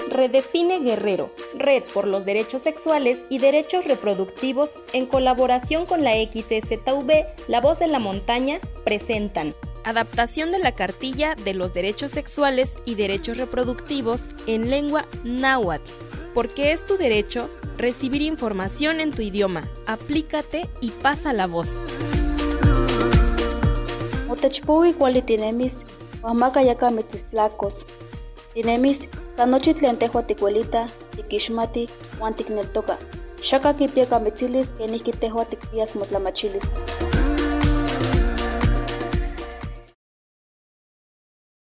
Redefine Guerrero, Red por los Derechos Sexuales y Derechos Reproductivos, en colaboración con la XSTV, La Voz de la Montaña, presentan adaptación de la cartilla de los derechos sexuales y derechos reproductivos en lengua náhuatl, porque es tu derecho recibir información en tu idioma. Aplícate y pasa la voz. Motechpuwi kuali tinemis, wamaka yaka mitzistlacos. Tinemis, kanochi tlen tehua tikuelita, tikixmati, wan tikneltoka. Xaka kipia kamitzilis kenihki tehua tikpias motlamachilis.